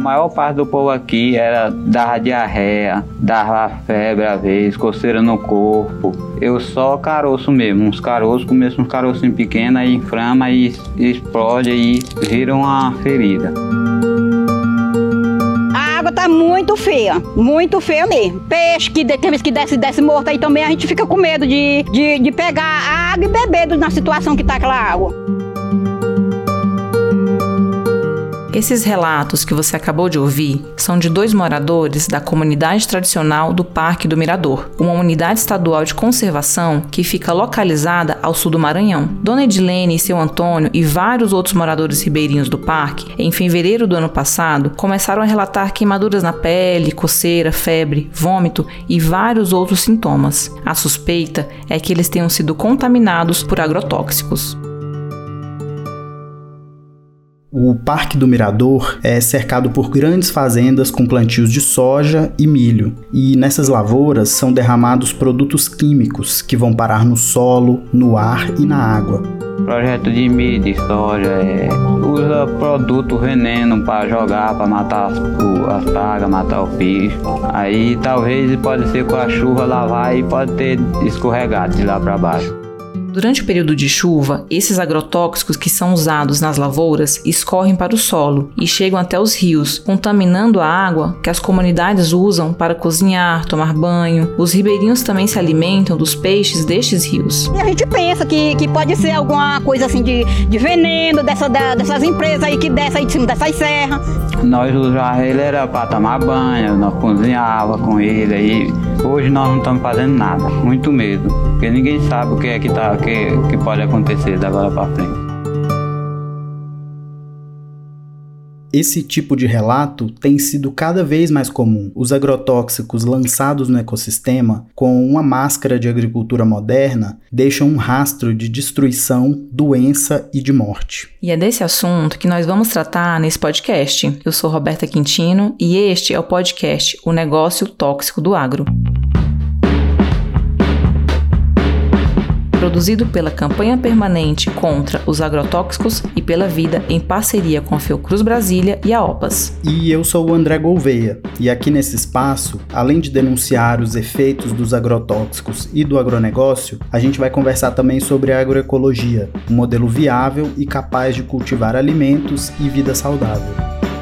maior parte do povo aqui dava diarreia, dava febre às vezes, coceira no corpo. Eu só caroço mesmo, uns caroços, começo uns carocinhos pequenos, aí inflama e explode e vira uma ferida. A água tá muito feia mesmo. Peixe que desce morto aí também, a gente fica com medo de pegar a água e beber na situação que tá aquela água. Esses relatos que você acabou de ouvir são de 2 moradores da comunidade tradicional do Parque do Mirador, uma unidade estadual de conservação que fica localizada ao sul do Maranhão. Dona Edilene e seu Antônio e vários outros moradores ribeirinhos do parque, em fevereiro do ano passado, começaram a relatar queimaduras na pele, coceira, febre, vômito e vários outros sintomas. A suspeita é que eles tenham sido contaminados por agrotóxicos. O Parque do Mirador é cercado por grandes fazendas com plantios de soja e milho, e nessas lavouras são derramados produtos químicos que vão parar no solo, no ar e na água. Projeto de milho, de soja, usa produto veneno para jogar, para matar as pragas, matar o bicho. Aí talvez pode ser com a chuva lavar e pode ter escorregado de lá para baixo. Durante o período de chuva, esses agrotóxicos que são usados nas lavouras escorrem para o solo e chegam até os rios, contaminando a água que as comunidades usam para cozinhar, tomar banho. Os ribeirinhos também se alimentam dos peixes destes rios. E a gente pensa que pode ser alguma coisa assim de veneno dessas empresas aí que descem aí de cima dessas serras. Nós usávamos ele era para tomar banho, nós cozinhava com ele aí. Hoje nós não estamos fazendo nada, muito medo, porque ninguém sabe o que é que pode acontecer da agora para frente. Esse tipo de relato tem sido cada vez mais comum. Os agrotóxicos lançados no ecossistema, com uma máscara de agricultura moderna, deixam um rastro de destruição, doença e de morte. E é desse assunto que nós vamos tratar nesse podcast. Eu sou Roberta Quintino e este é o podcast O Negócio Tóxico do Agro. Produzido pela Campanha Permanente contra os Agrotóxicos e pela Vida, em parceria com a Fiocruz Brasília e a OPAS. E eu sou o André Gouveia, e aqui nesse espaço, além de denunciar os efeitos dos agrotóxicos e do agronegócio, a gente vai conversar também sobre a agroecologia, um modelo viável e capaz de cultivar alimentos e vida saudável.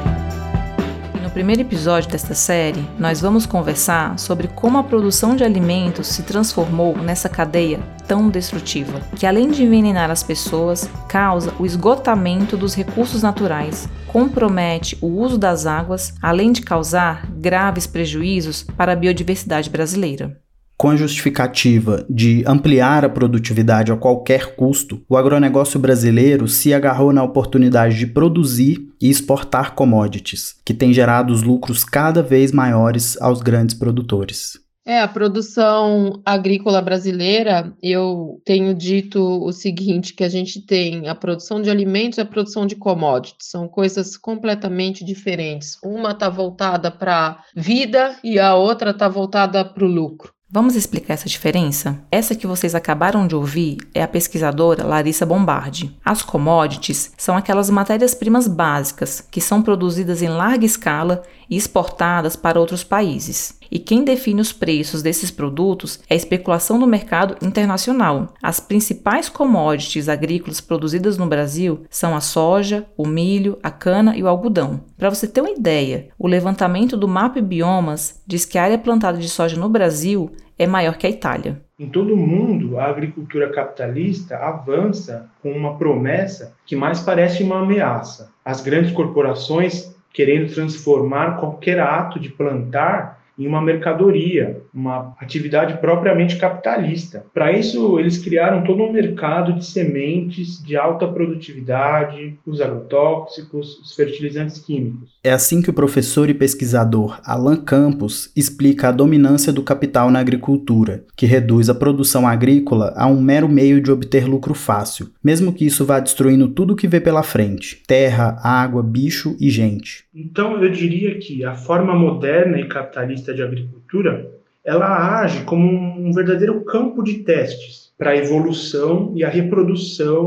No primeiro episódio desta série, nós vamos conversar sobre como a produção de alimentos se transformou nessa cadeia tão destrutiva, que além de envenenar as pessoas, causa o esgotamento dos recursos naturais, compromete o uso das águas, além de causar graves prejuízos para a biodiversidade brasileira. Com a justificativa de ampliar a produtividade a qualquer custo, o agronegócio brasileiro se agarrou na oportunidade de produzir e exportar commodities, que tem gerado os lucros cada vez maiores aos grandes produtores. A produção agrícola brasileira, eu tenho dito o seguinte, que a gente tem a produção de alimentos e a produção de commodities, são coisas completamente diferentes. Uma está voltada para a vida e a outra está voltada para o lucro. Vamos explicar essa diferença? Essa que vocês acabaram de ouvir é a pesquisadora Larissa Bombardi. As commodities são aquelas matérias-primas básicas que são produzidas em larga escala e exportadas para outros países. E quem define os preços desses produtos é a especulação do mercado internacional. As principais commodities agrícolas produzidas no Brasil são a soja, o milho, a cana e o algodão. Para você ter uma ideia, o levantamento do MAP Biomas diz que a área plantada de soja no Brasil é maior que a Itália. Em todo o mundo, a agricultura capitalista avança com uma promessa que mais parece uma ameaça. As grandes corporações querendo transformar qualquer ato de plantar em uma mercadoria, uma atividade propriamente capitalista. Para isso, eles criaram todo um mercado de sementes de alta produtividade, os agrotóxicos, os fertilizantes químicos. É assim que o professor e pesquisador Alan Campos explica a dominância do capital na agricultura, que reduz a produção agrícola a um mero meio de obter lucro fácil, mesmo que isso vá destruindo tudo o que vê pela frente: terra, água, bicho e gente. Então, eu diria que a forma moderna e capitalista de agricultura, ela age como um verdadeiro campo de testes para a evolução e a reprodução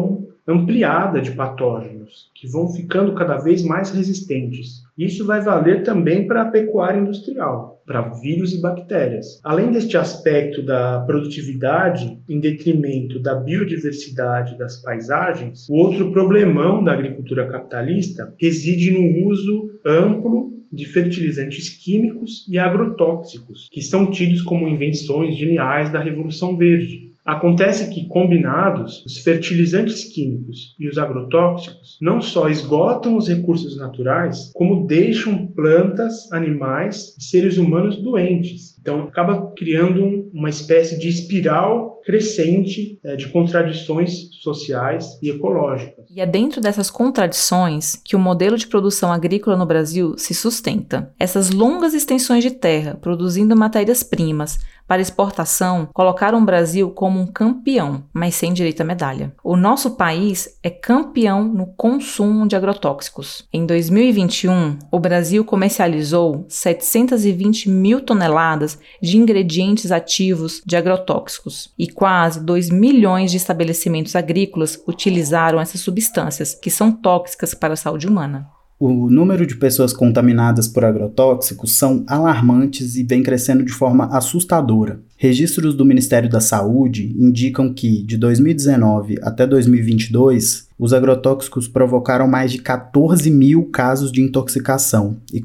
ampliada de patógenos, que vão ficando cada vez mais resistentes. Isso vai valer também para a pecuária industrial, para vírus e bactérias. Além deste aspecto da produtividade em detrimento da biodiversidade das paisagens, o outro problemão da agricultura capitalista reside no uso amplo de fertilizantes químicos e agrotóxicos, que são tidos como invenções geniais da Revolução Verde. Acontece que, combinados, os fertilizantes químicos e os agrotóxicos não só esgotam os recursos naturais, como deixam plantas, animais e seres humanos doentes. Então, acaba criando uma espécie de espiral crescente de contradições sociais e ecológicas. E é dentro dessas contradições que o modelo de produção agrícola no Brasil se sustenta. Essas longas extensões de terra produzindo matérias-primas para exportação colocaram o Brasil como um campeão, mas sem direito à medalha. O nosso país é campeão no consumo de agrotóxicos. Em 2021, o Brasil comercializou 720 mil toneladas de ingredientes ativos de agrotóxicos e quase 2 milhões de estabelecimentos agrícolas utilizaram essas substâncias, que são tóxicas para a saúde humana. O número de pessoas contaminadas por agrotóxicos são alarmantes e vem crescendo de forma assustadora. Registros do Ministério da Saúde indicam que, de 2019 até 2022, os agrotóxicos provocaram mais de 14 mil casos de intoxicação e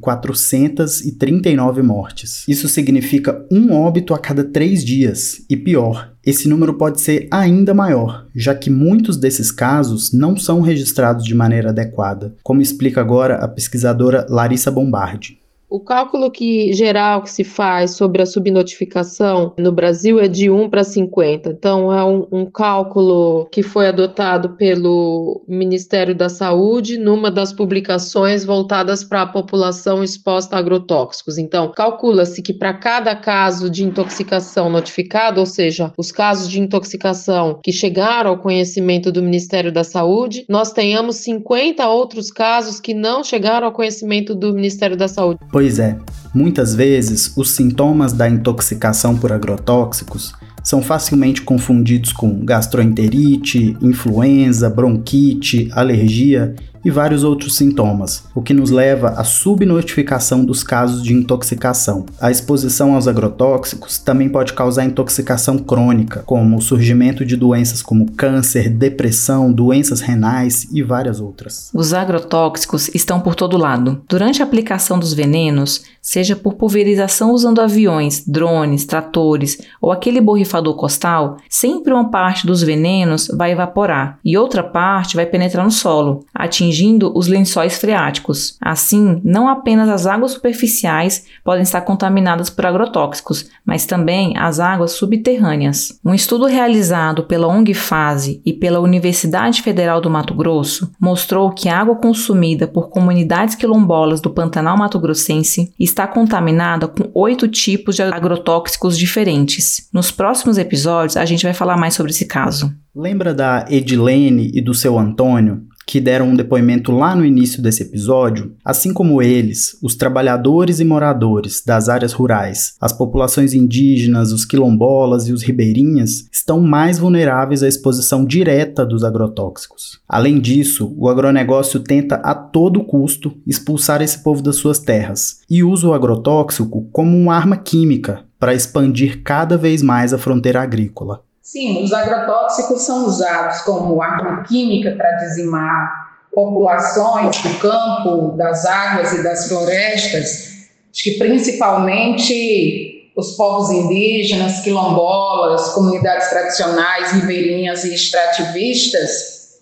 439 mortes. Isso significa um óbito a cada 3 dias. E pior, esse número pode ser ainda maior, já que muitos desses casos não são registrados de maneira adequada, como explica agora a pesquisadora Larissa Bombardi. O cálculo geral que se faz sobre a subnotificação no Brasil é de 1 para 50. Então, é um cálculo que foi adotado pelo Ministério da Saúde numa das publicações voltadas para a população exposta a agrotóxicos. Então, calcula-se que para cada caso de intoxicação notificado, ou seja, os casos de intoxicação que chegaram ao conhecimento do Ministério da Saúde, nós tenhamos 50 outros casos que não chegaram ao conhecimento do Ministério da Saúde. Pois é, muitas vezes os sintomas da intoxicação por agrotóxicos são facilmente confundidos com gastroenterite, influenza, bronquite, alergia e vários outros sintomas, o que nos leva à subnotificação dos casos de intoxicação. A exposição aos agrotóxicos também pode causar intoxicação crônica, como o surgimento de doenças como câncer, depressão, doenças renais e várias outras. Os agrotóxicos estão por todo lado. Durante a aplicação dos venenos, seja por pulverização usando aviões, drones, tratores ou aquele borrifador costal, sempre uma parte dos venenos vai evaporar e outra parte vai penetrar no solo, atingindo os lençóis freáticos. Assim, não apenas as águas superficiais podem estar contaminadas por agrotóxicos, mas também as águas subterrâneas. Um estudo realizado pela ONG FASE e pela Universidade Federal do Mato Grosso mostrou que a água consumida por comunidades quilombolas do Pantanal Mato-Grossense está contaminada com 8 tipos de agrotóxicos diferentes. Nos próximos episódios, a gente vai falar mais sobre esse caso. Lembra da Edilene e do seu Antônio, que deram um depoimento lá no início desse episódio? Assim como eles, os trabalhadores e moradores das áreas rurais, as populações indígenas, os quilombolas e os ribeirinhas estão mais vulneráveis à exposição direta dos agrotóxicos. Além disso, o agronegócio tenta a todo custo expulsar esse povo das suas terras e usa o agrotóxico como uma arma química para expandir cada vez mais a fronteira agrícola. Sim, os agrotóxicos são usados como arma química para dizimar populações do campo, das águas e das florestas, acho que principalmente os povos indígenas, quilombolas, comunidades tradicionais, ribeirinhas e extrativistas,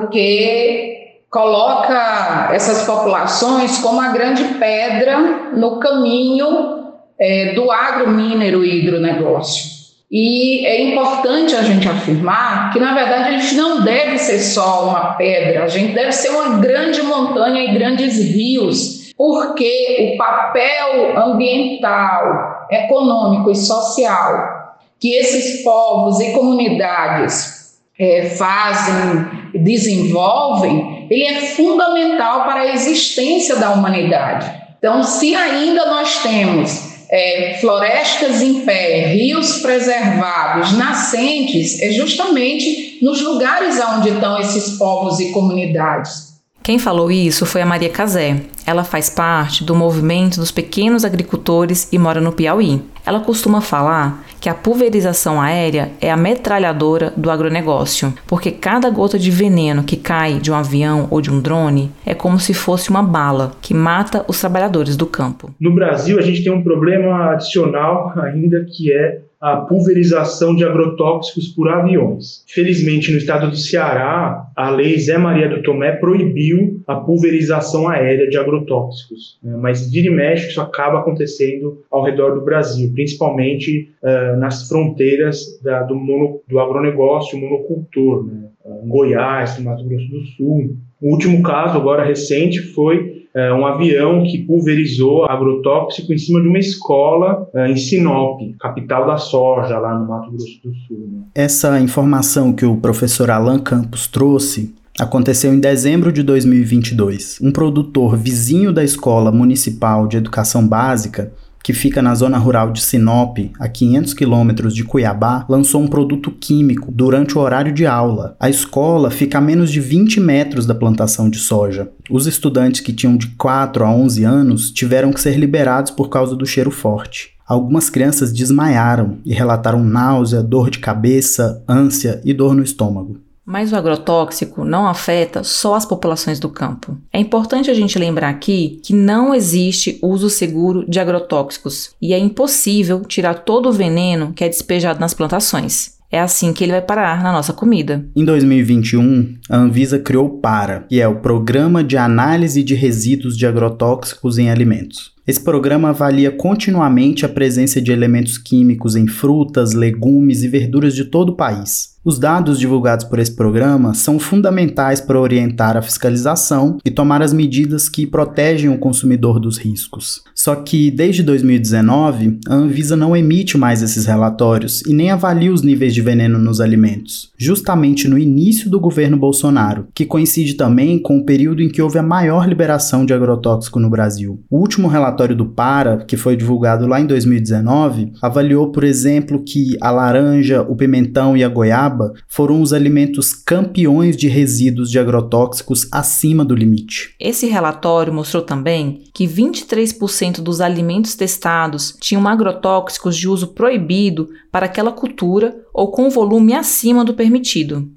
porque coloca essas populações como a grande pedra no caminho do agromínero e hidronegócio. E é importante a gente afirmar que, na verdade, a gente não deve ser só uma pedra, a gente deve ser uma grande montanha e grandes rios, porque o papel ambiental, econômico e social que esses povos e comunidades fazem, desenvolvem, ele é fundamental para a existência da humanidade. Então, se ainda nós temos florestas em pé, rios preservados, nascentes, é justamente nos lugares onde estão esses povos e comunidades. Quem falou isso foi a Maria Cazé. Ela faz parte do movimento dos pequenos agricultores e mora no Piauí. Ela costuma falar que a pulverização aérea é a metralhadora do agronegócio, porque cada gota de veneno que cai de um avião ou de um drone é como se fosse uma bala que mata os trabalhadores do campo. No Brasil, a gente tem um problema adicional ainda, que é a pulverização de agrotóxicos por aviões. Felizmente, no estado do Ceará, a lei Zé Maria do Tomé proibiu a pulverização aérea de agrotóxicos, mas vira e mexe isso acaba acontecendo ao redor do Brasil, principalmente nas fronteiras do agronegócio, monocultor, em Goiás, no Mato Grosso do Sul. O último caso, agora recente, foi um avião que pulverizou agrotóxico em cima de uma escola em Sinop, capital da soja, lá no Mato Grosso do Sul. Essa informação que o professor Alan Campos trouxe aconteceu em dezembro de 2022. Um produtor vizinho da Escola Municipal de Educação Básica, que fica na zona rural de Sinop, a 500 quilômetros de Cuiabá, lançou um produto químico durante o horário de aula. A escola fica a menos de 20 metros da plantação de soja. Os estudantes que tinham de 4 a 11 anos tiveram que ser liberados por causa do cheiro forte. Algumas crianças desmaiaram e relataram náusea, dor de cabeça, ânsia e dor no estômago. Mas o agrotóxico não afeta só as populações do campo. É importante a gente lembrar aqui que não existe uso seguro de agrotóxicos e é impossível tirar todo o veneno que é despejado nas plantações. É assim que ele vai parar na nossa comida. Em 2021, a Anvisa criou o PARA, que é o Programa de Análise de Resíduos de Agrotóxicos em Alimentos. Esse programa avalia continuamente a presença de elementos químicos em frutas, legumes e verduras de todo o país. Os dados divulgados por esse programa são fundamentais para orientar a fiscalização e tomar as medidas que protegem o consumidor dos riscos. Só que, desde 2019, a Anvisa não emite mais esses relatórios e nem avalia os níveis de veneno nos alimentos, justamente no início do governo Bolsonaro, que coincide também com o período em que houve a maior liberação de agrotóxico no Brasil. O último relatório do PARA, que foi divulgado lá em 2019, avaliou, por exemplo, que a laranja, o pimentão e a goiaba foram os alimentos campeões de resíduos de agrotóxicos acima do limite. Esse relatório mostrou também que 23% dos alimentos testados tinham agrotóxicos de uso proibido para aquela cultura ou com volume acima do permitido.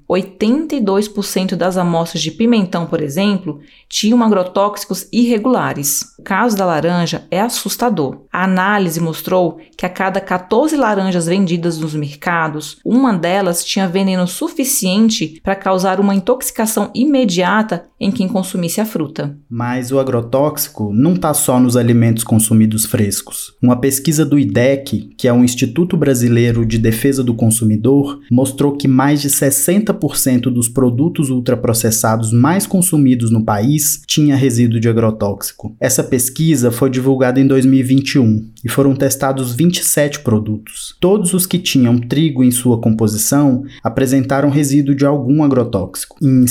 82% das amostras de pimentão, por exemplo, tinham agrotóxicos irregulares. O caso da laranja é assustador. A análise mostrou que a cada 14 laranjas vendidas nos mercados, uma delas tinha veneno suficiente para causar uma intoxicação imediata em quem consumisse a fruta. Mas o agrotóxico não está só nos alimentos consumidos frescos. Uma pesquisa do IDEC, que é o Instituto Brasileiro de Defesa do Consumidor, mostrou que mais de 60% dos produtos ultraprocessados mais consumidos no país tinha resíduo de agrotóxico. Essa pesquisa foi divulgada em 2021 e foram testados 27 produtos. Todos os que tinham trigo em sua composição apresentaram resíduo de algum agrotóxico. Em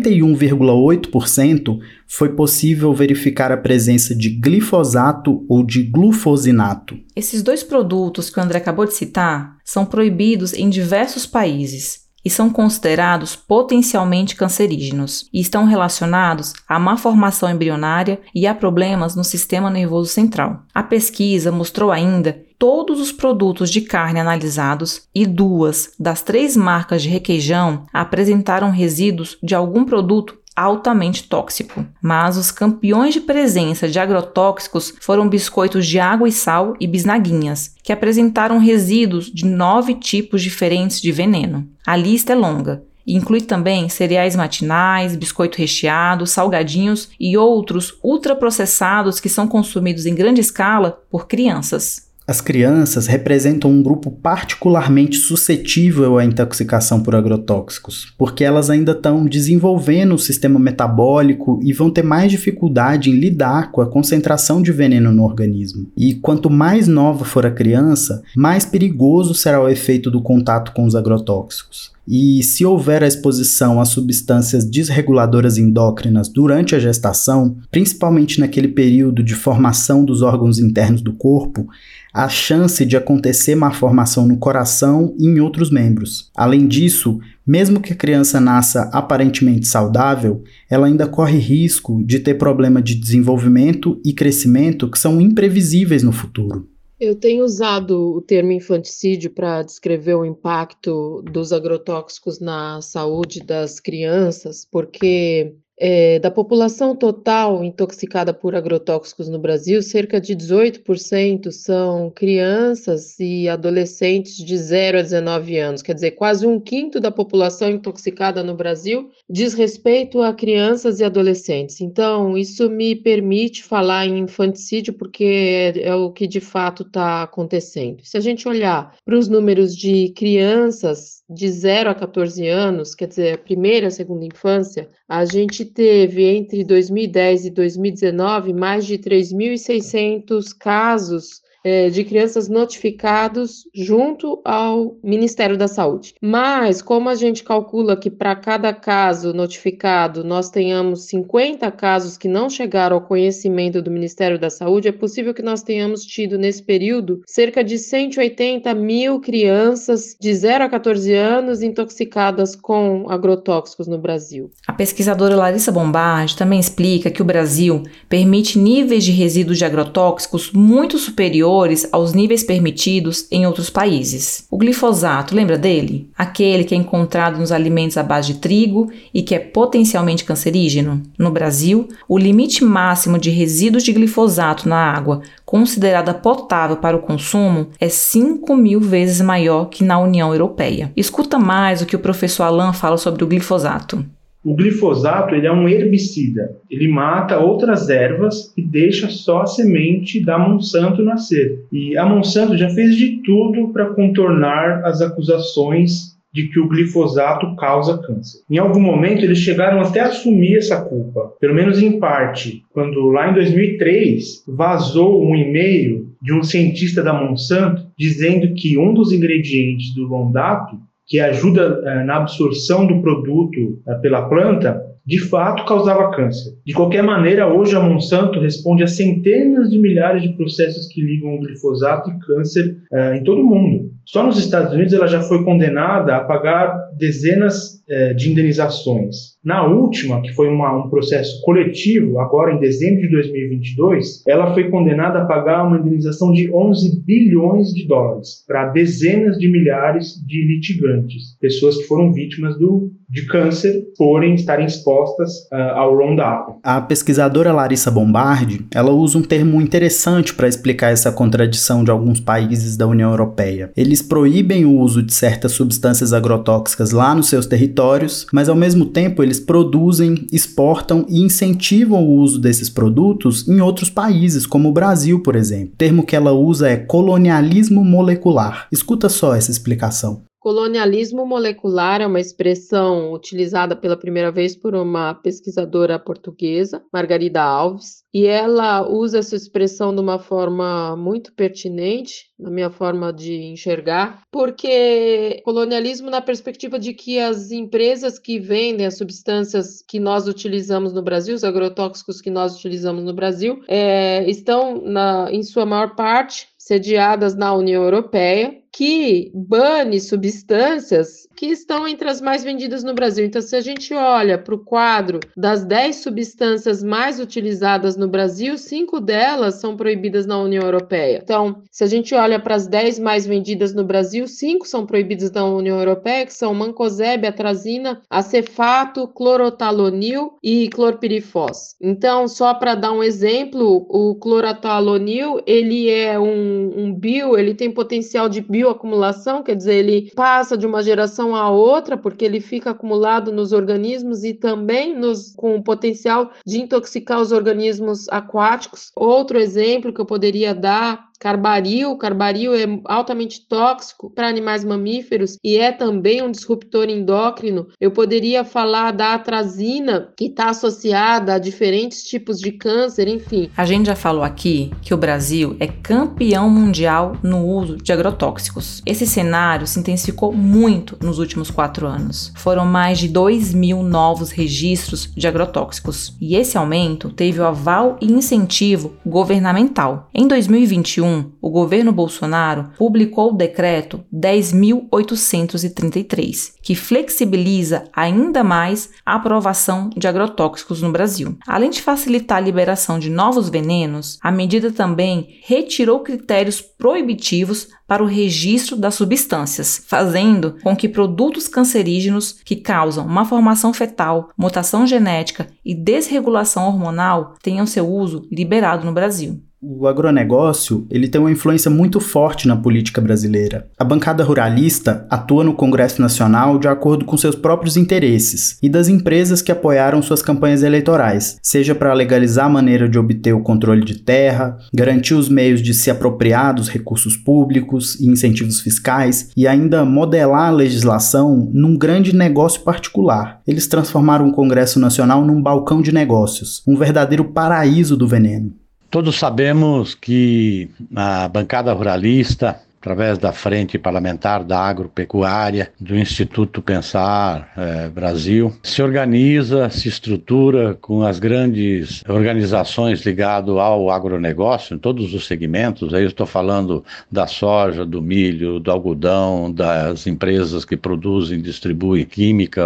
51,8% foi possível verificar a presença de glifosato ou de glufosinato. Esses dois produtos que o André acabou de citar são proibidos em diversos países e são considerados potencialmente cancerígenos e estão relacionados à má formação embrionária e a problemas no sistema nervoso central. A pesquisa mostrou ainda todos os produtos de carne analisados e 2 das 3 marcas de requeijão apresentaram resíduos de algum produto altamente tóxico. Mas os campeões de presença de agrotóxicos foram biscoitos de água e sal e bisnaguinhas, que apresentaram resíduos de 9 tipos diferentes de veneno. A lista é longa e inclui também cereais matinais, biscoito recheado, salgadinhos e outros ultraprocessados que são consumidos em grande escala por crianças. As crianças representam um grupo particularmente suscetível à intoxicação por agrotóxicos, porque elas ainda estão desenvolvendo o sistema metabólico e vão ter mais dificuldade em lidar com a concentração de veneno no organismo. E quanto mais nova for a criança, mais perigoso será o efeito do contato com os agrotóxicos. E se houver a exposição a substâncias desreguladoras endócrinas durante a gestação, principalmente naquele período de formação dos órgãos internos do corpo, a chance de acontecer malformação no coração e em outros membros. Além disso, mesmo que a criança nasça aparentemente saudável, ela ainda corre risco de ter problema de desenvolvimento e crescimento que são imprevisíveis no futuro. Eu tenho usado o termo infanticídio para descrever o impacto dos agrotóxicos na saúde das crianças, porque da população total intoxicada por agrotóxicos no Brasil, cerca de 18% são crianças e adolescentes de 0 a 19 anos. Quer dizer, quase um quinto da população intoxicada no Brasil diz respeito a crianças e adolescentes. Então, isso me permite falar em infanticídio porque é o que de fato está acontecendo. Se a gente olhar para os números de crianças de 0 a 14 anos, quer dizer, a primeira e a segunda infância, a gente teve entre 2010 e 2019 mais de 3.600 casos de crianças notificados junto ao Ministério da Saúde. Mas, como a gente calcula que para cada caso notificado nós tenhamos 50 casos que não chegaram ao conhecimento do Ministério da Saúde, é possível que nós tenhamos tido nesse período cerca de 180 mil crianças de 0 a 14 anos intoxicadas com agrotóxicos no Brasil. A pesquisadora Larissa Bombardi também explica que o Brasil permite níveis de resíduos de agrotóxicos muito superiores aos níveis permitidos em outros países. O glifosato, lembra dele? Aquele que é encontrado nos alimentos à base de trigo e que é potencialmente cancerígeno? No Brasil, o limite máximo de resíduos de glifosato na água considerada potável para o consumo é 5.000 vezes maior que na União Europeia. Escuta mais o que o professor Alain fala sobre o glifosato. O glifosato ele é um herbicida, ele mata outras ervas e deixa só a semente da Monsanto nascer. E a Monsanto já fez de tudo para contornar as acusações de que o glifosato causa câncer. Em algum momento eles chegaram até a assumir essa culpa, pelo menos em parte, quando lá em 2003 vazou um e-mail de um cientista da Monsanto dizendo que um dos ingredientes do Roundup, que ajuda na absorção do produto pela planta, de fato causava câncer. De qualquer maneira, hoje a Monsanto responde a centenas de milhares de processos que ligam o glifosato e câncer em todo o mundo. Só nos Estados Unidos ela já foi condenada a pagar dezenas de indenizações. Na última, que foi um processo coletivo, agora em dezembro de 2022, ela foi condenada a pagar uma indenização de 11 bilhões de dólares para dezenas de milhares de litigantes, pessoas que foram vítimas de câncer porém estarem expostas ao Roundup. A pesquisadora Larissa Bombardi, ela usa um termo interessante para explicar essa contradição de alguns países da União Europeia. Eles proíbem o uso de certas substâncias agrotóxicas lá nos seus territórios, mas ao mesmo tempo eles produzem, exportam e incentivam o uso desses produtos em outros países, como o Brasil, por exemplo. O termo que ela usa é colonialismo molecular. Escuta só essa explicação. Colonialismo molecular é uma expressão utilizada pela primeira vez por uma pesquisadora portuguesa, Margarida Alves, e ela usa essa expressão de uma forma muito pertinente, na minha forma de enxergar, porque colonialismo na perspectiva de que as empresas que vendem as substâncias que nós utilizamos no Brasil, os agrotóxicos que nós utilizamos no Brasil, estão, em sua maior parte, sediadas na União Europeia, que bane substâncias que estão entre as mais vendidas no Brasil. Então, se a gente olha para o quadro das 10 substâncias mais utilizadas no Brasil, 5 delas são proibidas na União Europeia. Então, se a gente olha para as 10 mais vendidas no Brasil, 5 são proibidas na União Europeia, que são mancozeb, atrazina, acefato, clorotalonil e clorpirifos. Então, só para dar um exemplo, o clorotalonil, ele é ele tem potencial de bioacumulação, quer dizer, ele passa de uma geração a outra, porque ele fica acumulado nos organismos e também com o potencial de intoxicar os organismos aquáticos. Outro exemplo que eu poderia dar carbaril. Carbaril é altamente tóxico para animais mamíferos e é também um disruptor endócrino. Eu poderia falar da atrazina, que está associada a diferentes tipos de câncer, enfim. A gente já falou aqui que o Brasil é campeão mundial no uso de agrotóxicos. Esse cenário se intensificou muito nos últimos 4 anos. Foram mais de 2.000 novos registros de agrotóxicos. E esse aumento teve o aval e incentivo governamental. Em 2021, o governo Bolsonaro publicou o decreto 10.833, que flexibiliza ainda mais a aprovação de agrotóxicos no Brasil. Além de facilitar a liberação de novos venenos, a medida também retirou critérios proibitivos para o registro das substâncias, fazendo com que produtos cancerígenos que causam malformação fetal, mutação genética e desregulação hormonal tenham seu uso liberado no Brasil. O agronegócio, ele tem uma influência muito forte na política brasileira. A bancada ruralista atua no Congresso Nacional de acordo com seus próprios interesses e das empresas que apoiaram suas campanhas eleitorais, seja para legalizar a maneira de obter o controle de terra, garantir os meios de se apropriar dos recursos públicos e incentivos fiscais e ainda modelar a legislação num grande negócio particular. Eles transformaram o Congresso Nacional num balcão de negócios, um verdadeiro paraíso do veneno. Todos sabemos que a bancada ruralista, através da Frente Parlamentar da Agropecuária, do Instituto Pensar Brasil, se organiza, se estrutura com as grandes organizações ligadas ao agronegócio, em todos os segmentos. Aí eu estou falando da soja, do milho, do algodão, das empresas que produzem e distribuem química,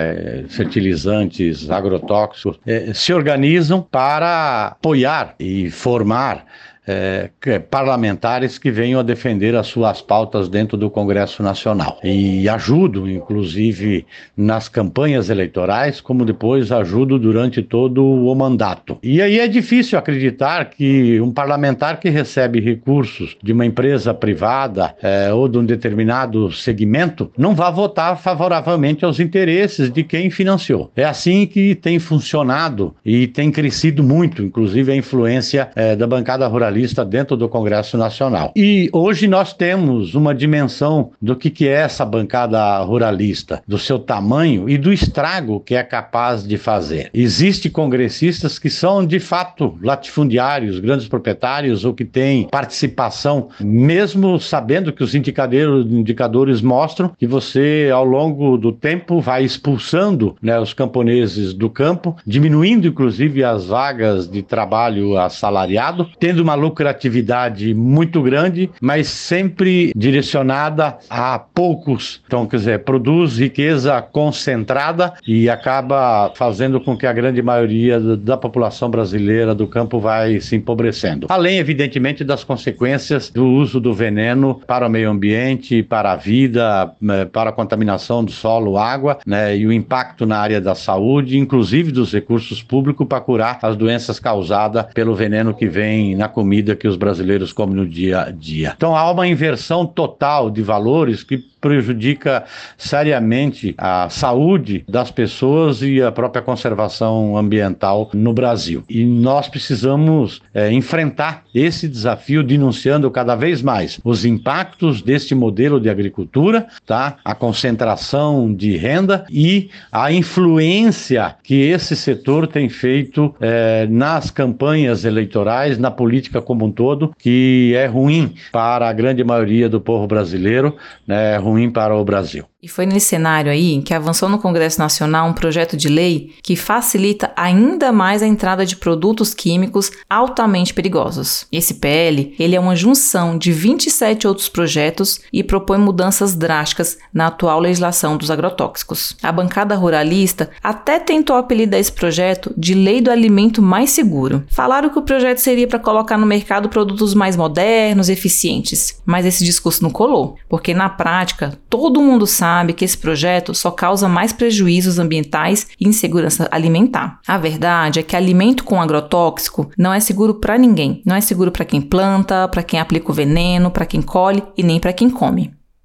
fertilizantes, agrotóxicos, se organizam para apoiar e formar parlamentares que venham a defender as suas pautas dentro do Congresso Nacional e ajudam, inclusive, nas campanhas eleitorais, como depois ajudam durante todo o mandato. E aí é difícil acreditar que um parlamentar que recebe recursos de uma empresa privada ou de um determinado segmento não vá votar favoravelmente aos interesses de quem financiou. É assim que tem funcionado e tem crescido muito, inclusive a influência da bancada ruralista dentro do Congresso Nacional. E hoje nós temos uma dimensão do que é essa bancada ruralista, do seu tamanho e do estrago que é capaz de fazer. Existem congressistas que são, de fato, latifundiários, grandes proprietários ou que têm participação, mesmo sabendo que os indicadores mostram que você, ao longo do tempo, vai expulsando os camponeses do campo, diminuindo, inclusive, as vagas de trabalho assalariado, tendo uma lucratividade muito grande, mas sempre direcionada a poucos. Então, produz riqueza concentrada e acaba fazendo com que a grande maioria da população brasileira do campo vai se empobrecendo. Além, evidentemente, das consequências do uso do veneno para o meio ambiente, para a vida, para a contaminação do solo, água, e o impacto na área da saúde, inclusive dos recursos públicos para curar as doenças causadas pelo veneno que vem na comida que os brasileiros comem no dia a dia. Então há uma inversão total de valores que prejudica seriamente a saúde das pessoas e a própria conservação ambiental no Brasil. E nós precisamos enfrentar esse desafio denunciando cada vez mais os impactos deste modelo de agricultura, a concentração de renda e a influência que esse setor tem feito nas campanhas eleitorais, na política como um todo, que é ruim para a grande maioria do povo brasileiro, é ruim para o Brasil. E foi nesse cenário aí que avançou no Congresso Nacional um projeto de lei que facilita ainda mais a entrada de produtos químicos altamente perigosos. Esse PL, ele é uma junção de 27 outros projetos e propõe mudanças drásticas na atual legislação dos agrotóxicos. A bancada ruralista até tentou apelidar esse projeto de Lei do Alimento Mais Seguro. Falaram que o projeto seria para colocar no mercado produtos mais modernos e eficientes, mas esse discurso não colou, porque na prática todo mundo sabe que esse projeto só causa mais prejuízos ambientais e insegurança alimentar. A verdade é que alimento com agrotóxico não é seguro para ninguém. Não é seguro para quem planta, para quem aplica o veneno, para quem colhe e nem para quem come. O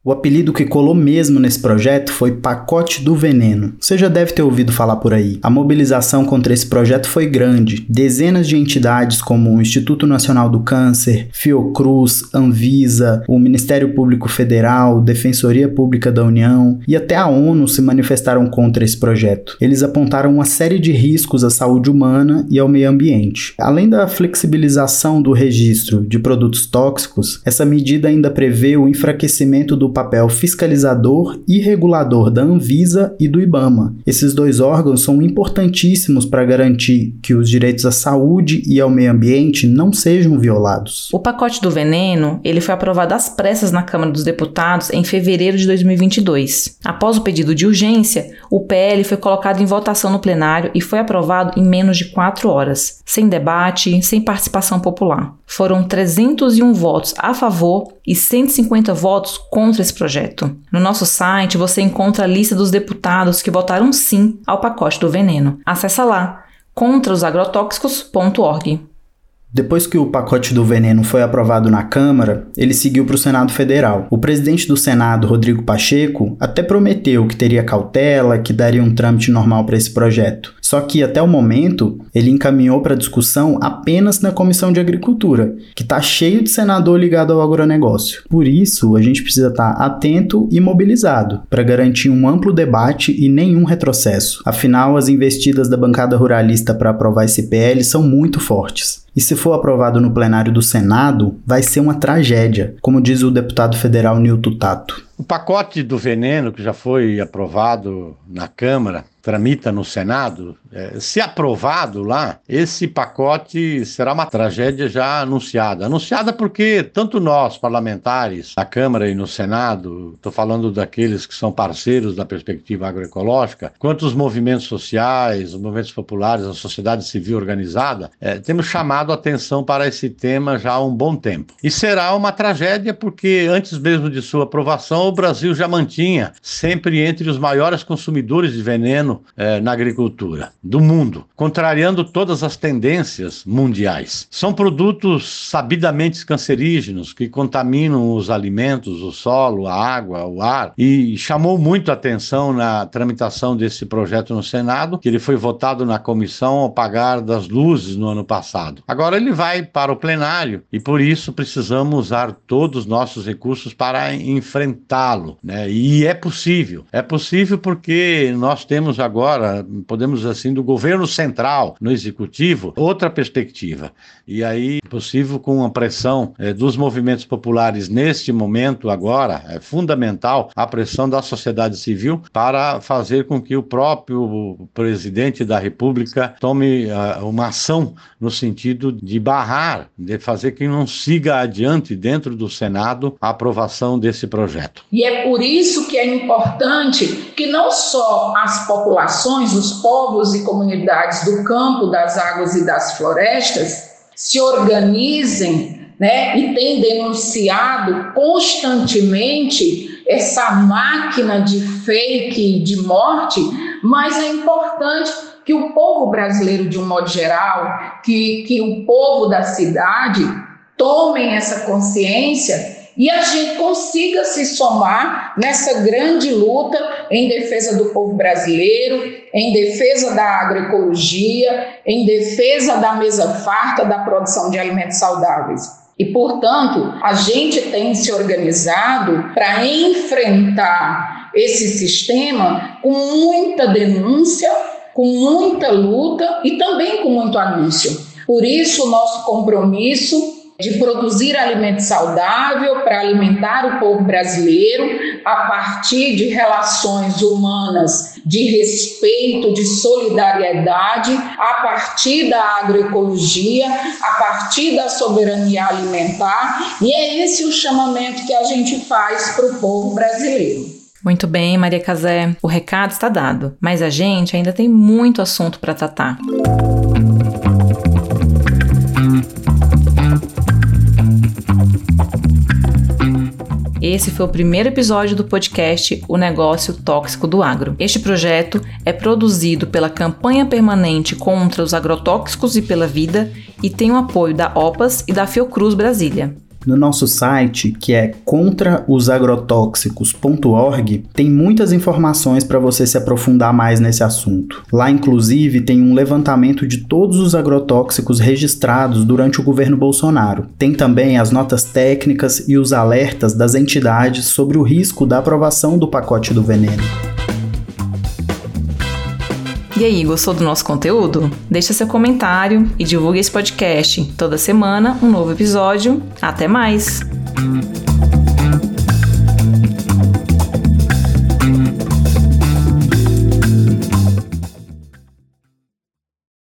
O apelido que colou mesmo nesse projeto foi Pacote do Veneno. Você já deve ter ouvido falar por aí. A mobilização contra esse projeto foi grande. Dezenas de entidades como o Instituto Nacional do Câncer, Fiocruz, Anvisa, o Ministério Público Federal, Defensoria Pública da União e até a ONU se manifestaram contra esse projeto. Eles apontaram uma série de riscos à saúde humana e ao meio ambiente. Além da flexibilização do registro de produtos tóxicos, essa medida ainda prevê o enfraquecimento do papel fiscalizador e regulador da Anvisa e do IBAMA. Esses dois órgãos são importantíssimos para garantir que os direitos à saúde e ao meio ambiente não sejam violados. O pacote do veneno, ele foi aprovado às pressas na Câmara dos Deputados em fevereiro de 2022. Após o pedido de urgência, o PL foi colocado em votação no plenário e foi aprovado em menos de 4 horas, sem debate, sem participação popular. Foram 301 votos a favor e 150 votos contra esse projeto. No nosso site você encontra a lista dos deputados que votaram sim ao pacote do veneno. Acesse lá, contraosagrotóxicos.org. Depois que o pacote do veneno foi aprovado na Câmara, ele seguiu para o Senado Federal. O presidente do Senado, Rodrigo Pacheco, até prometeu que teria cautela, que daria um trâmite normal para esse projeto. Só que, até o momento, ele encaminhou para discussão apenas na Comissão de Agricultura, que está cheio de senador ligado ao agronegócio. Por isso, a gente precisa estar atento e mobilizado para garantir um amplo debate e nenhum retrocesso. Afinal, as investidas da bancada ruralista para aprovar esse PL são muito fortes. E se for aprovado no plenário do Senado, vai ser uma tragédia, como diz o deputado federal Nilton Tato. O pacote do veneno, que já foi aprovado na Câmara, tramita no Senado, se aprovado lá, esse pacote será uma tragédia já anunciada. Anunciada porque tanto nós, parlamentares, na Câmara e no Senado, estou falando daqueles que são parceiros da perspectiva agroecológica, quanto os movimentos sociais, os movimentos populares, a sociedade civil organizada, temos chamado a atenção para esse tema já há um bom tempo. E será uma tragédia porque, antes mesmo de sua aprovação, o Brasil já mantinha sempre entre os maiores consumidores de veneno na agricultura do mundo, contrariando todas as tendências mundiais. São produtos sabidamente cancerígenos que contaminam os alimentos, o solo, a água, o ar, e chamou muito a atenção na tramitação desse projeto no Senado, que ele foi votado na comissão ao apagar das luzes no ano passado. Agora ele vai para o plenário e por isso precisamos usar todos os nossos recursos para enfrentá-lo, né? E é possível porque nós temos agora, podemos assim, do governo central no executivo, outra perspectiva. E aí é possível com a pressão dos movimentos populares neste momento agora, é fundamental a pressão da sociedade civil para fazer com que o próprio presidente da República tome uma ação no sentido de barrar, de fazer que não siga adiante dentro do Senado a aprovação desse projeto. E é por isso que é importante que não só as populações, os povos e comunidades do campo, das águas e das florestas se organizem, né, e têm denunciado constantemente essa máquina de fake e de morte, mas é importante que o povo brasileiro, de um modo geral, que o povo da cidade tomem essa consciência e a gente consiga se somar nessa grande luta em defesa do povo brasileiro, em defesa da agroecologia, em defesa da mesa farta, da produção de alimentos saudáveis. E, portanto, a gente tem se organizado para enfrentar esse sistema com muita denúncia, com muita luta e também com muito anúncio. Por isso, o nosso compromisso de produzir alimento saudável para alimentar o povo brasileiro a partir de relações humanas de respeito, de solidariedade, a partir da agroecologia, a partir da soberania alimentar, e é esse o chamamento que a gente faz para o povo brasileiro. Muito bem, Maria Cazé, o recado está dado, mas a gente ainda tem muito assunto para tratar. Esse foi o primeiro episódio do podcast O Negócio Tóxico do Agro. Este projeto é produzido pela Campanha Permanente contra os Agrotóxicos e pela Vida e tem o apoio da OPAS e da Fiocruz Brasília. No nosso site, que é contraosagrotóxicos.org, tem muitas informações para você se aprofundar mais nesse assunto. Lá, inclusive, tem um levantamento de todos os agrotóxicos registrados durante o governo Bolsonaro. Tem também as notas técnicas e os alertas das entidades sobre o risco da aprovação do pacote do veneno. E aí, gostou do nosso conteúdo? Deixa seu comentário e divulgue esse podcast. Toda semana, um novo episódio. Até mais!